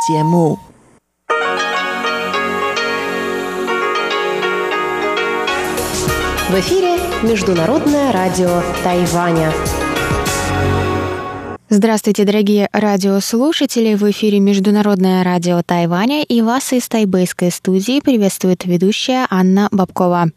节目。 В эфире Международное радио Тайваня. Здравствуйте, дорогие радиослушатели! В эфире Международное радио Тайваня, и вас из тайбэйской студии приветствует ведущая Анна Бабкова.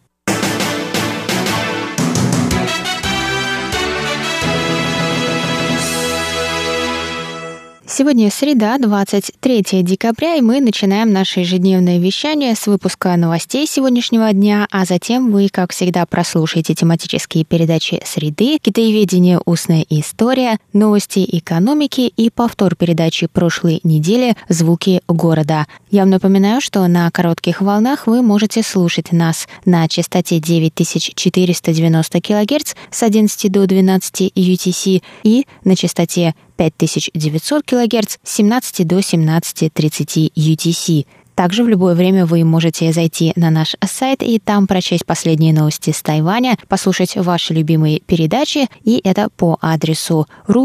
Сегодня среда, 23 декабря, и мы начинаем наше ежедневное вещание с выпуска новостей сегодняшнего дня, а затем вы, как всегда, прослушаете тематические передачи «Среды», «Китаеведение. Устная история», «Новости экономики» и повтор передачи прошлой недели «Звуки города». Я вам напоминаю, что на коротких волнах вы можете слушать нас на частоте 9490 кГц с 11 до 12 UTC и на частоте 5900 кГц с 17 до 17:30 UTC. Также в любое время вы можете зайти на наш сайт и там прочесть последние новости с Тайваня, послушать ваши любимые передачи, и это по адресу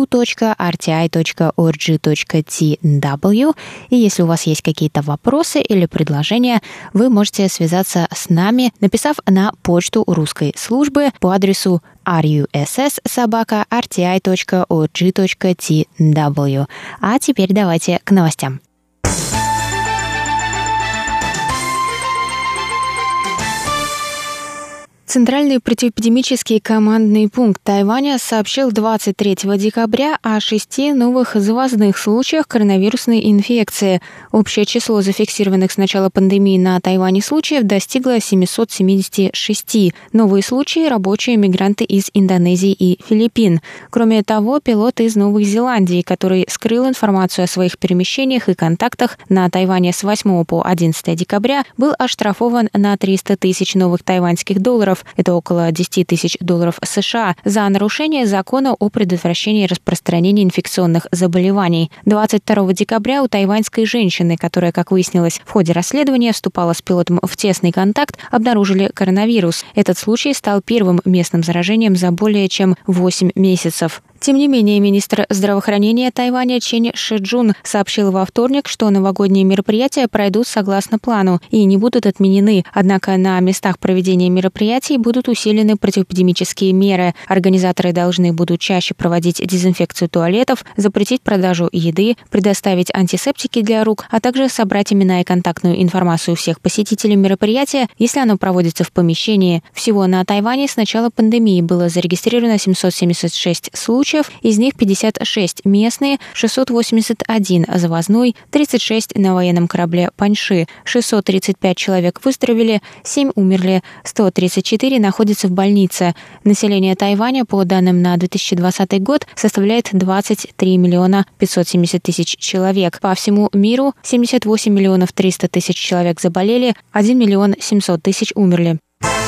ru.rti.org.tw. И если у вас есть какие-то вопросы или предложения, вы можете связаться с нами, написав на почту русской службы по адресу russ@rti.org.tw. А теперь давайте к новостям. Центральный противоэпидемический командный пункт Тайваня сообщил 23 декабря о 6 новых завозных случаях коронавирусной инфекции. Общее число зафиксированных с начала пандемии на Тайване случаев достигло 776. Новые случаи – рабочие мигранты из Индонезии и Филиппин. Кроме того, пилот из Новой Зеландии, который скрыл информацию о своих перемещениях и контактах на Тайване с 8 по 11 декабря, был оштрафован на 300 тысяч новых тайваньских долларов. Это около 10 тысяч долларов США за нарушение закона о предотвращении распространения инфекционных заболеваний. 22 декабря у тайваньской женщины, которая, как выяснилось, в ходе расследования вступала с пилотом в тесный контакт, обнаружили коронавирус. Этот случай стал первым местным заражением за более чем 8 месяцев. Тем не менее, министр здравоохранения Тайваня Чен Шиджун сообщил во вторник, что новогодние мероприятия пройдут согласно плану и не будут отменены. Однако на местах проведения мероприятий будут усилены противоэпидемические меры. Организаторы должны будут чаще проводить дезинфекцию туалетов, запретить продажу еды, предоставить антисептики для рук, а также собрать имена и контактную информацию всех посетителей мероприятия, если оно проводится в помещении. Всего на Тайване с начала пандемии было зарегистрировано 776 случаев, из них 56 местные, 681 завозной, 36 на военном корабле Паньши, 635 человек выздоровели, 7 умерли, 134 находятся в больнице. Население Тайваня, по данным на 2020 год, составляет 23 миллиона 570 тысяч человек. По всему миру 78 миллионов 300 тысяч человек заболели, 1 миллион 700 тысяч умерли.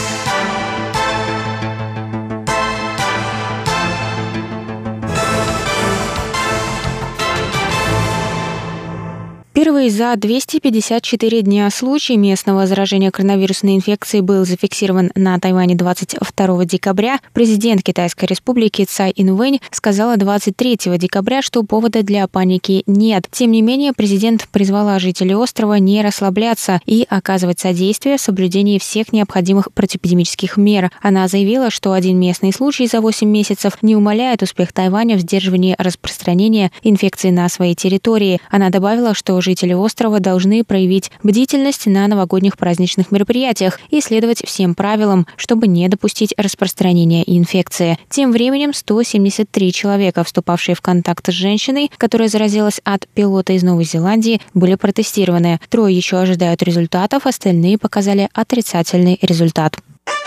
Первый за 254 дня случай местного заражения коронавирусной инфекцией был зафиксирован на Тайване 22 декабря. Президент Китайской республики Цай Инвэнь сказала 23 декабря, что повода для паники нет. Тем не менее, президент призвала жителей острова не расслабляться и оказывать содействие в соблюдении всех необходимых противоэпидемических мер. Она заявила, что один местный случай за 8 месяцев не умаляет успех Тайваня в сдерживании распространения инфекции на своей территории. Она добавила, что жители острова должны проявить бдительность на новогодних праздничных мероприятиях и следовать всем правилам, чтобы не допустить распространения инфекции. Тем временем 173 человека, вступавшие в контакт с женщиной, которая заразилась от пилота из Новой Зеландии, были протестированы. 3 еще ожидают результатов, остальные показали отрицательный результат.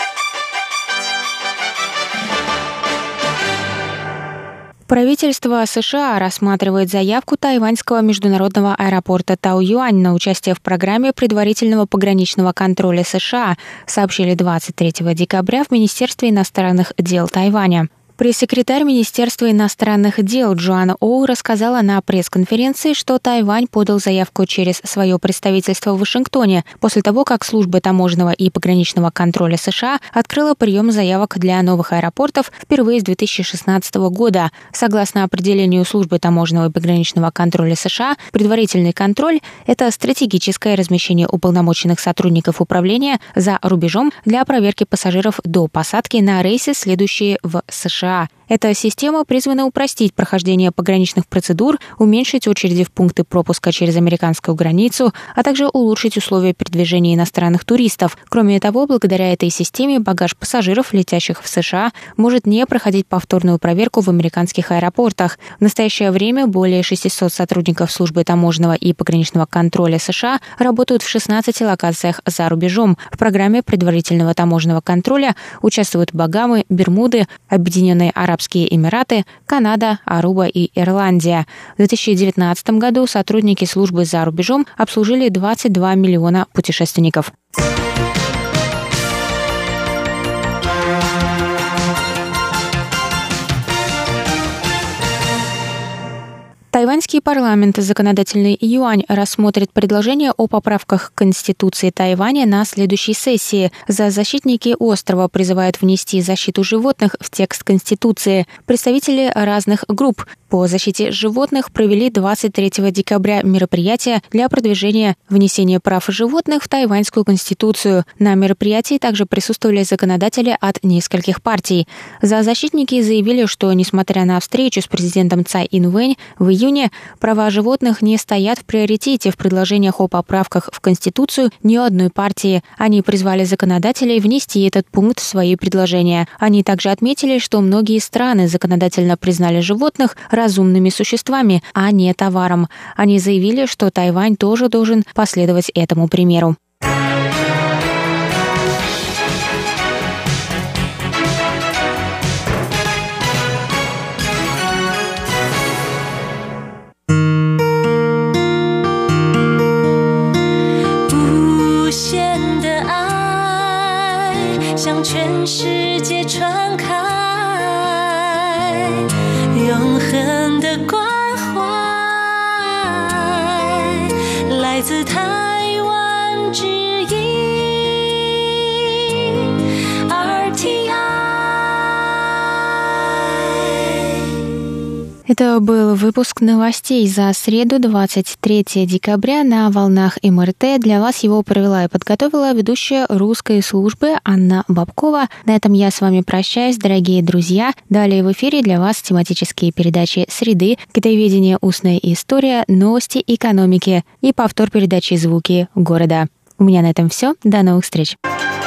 Правительство США рассматривает заявку тайваньского международного аэропорта Таоюань на участие в программе предварительного пограничного контроля США, сообщили 23 декабря в Министерстве иностранных дел Тайваня. Пресс-секретарь Министерства иностранных дел Джоанна Оу рассказала на пресс-конференции, что Тайвань подал заявку через свое представительство в Вашингтоне после того, как служба таможенного и пограничного контроля США открыла прием заявок для новых аэропортов впервые с 2016 года. Согласно определению службы таможенного и пограничного контроля США, предварительный контроль – это стратегическое размещение уполномоченных сотрудников управления за рубежом для проверки пассажиров до посадки на рейсы, следующие в США. Эта система призвана упростить прохождение пограничных процедур, уменьшить очереди в пункты пропуска через американскую границу, а также улучшить условия передвижения иностранных туристов. Кроме того, благодаря этой системе багаж пассажиров, летящих в США, может не проходить повторную проверку в американских аэропортах. В настоящее время более 600 сотрудников службы таможенного и пограничного контроля США работают в 16 локациях за рубежом. В программе предварительного таможенного контроля участвуют Багамы, Бермуды, Объединенные Арабские Эмираты, Канада, Аруба и Ирландия. В 2019 году сотрудники службы за рубежом обслужили 22 миллиона путешественников. Тайваньский парламент «Законодательный юань» рассмотрит предложение о поправках к Конституции Тайваня на следующей сессии. Защитники острова призывают внести защиту животных в текст Конституции. Представители разных групп по защите животных провели 23 декабря мероприятие для продвижения внесения прав животных в Тайваньскую Конституцию. На мероприятии также присутствовали законодатели от нескольких партий. Защитники заявили, что, несмотря на встречу с президентом Цай Ин-вэнь в июне, права животных не стоят в приоритете в предложениях о поправках в Конституцию ни у одной партии. Они призвали законодателей внести этот пункт в свои предложения. Они также отметили, что многие страны законодательно признали животных разумными существами, а не товаром. Они заявили, что Тайвань тоже должен последовать этому примеру. Это был выпуск новостей за среду, 23 декабря на волнах МРТ. Для вас его провела и подготовила ведущая русской службы Анна Бабкова. На этом я с вами прощаюсь, дорогие друзья. Далее в эфире для вас тематические передачи «Среды», «Китаеведение. Устная история», «Новости экономики» и повтор передачи «Звуки города». У меня на этом все. До новых встреч.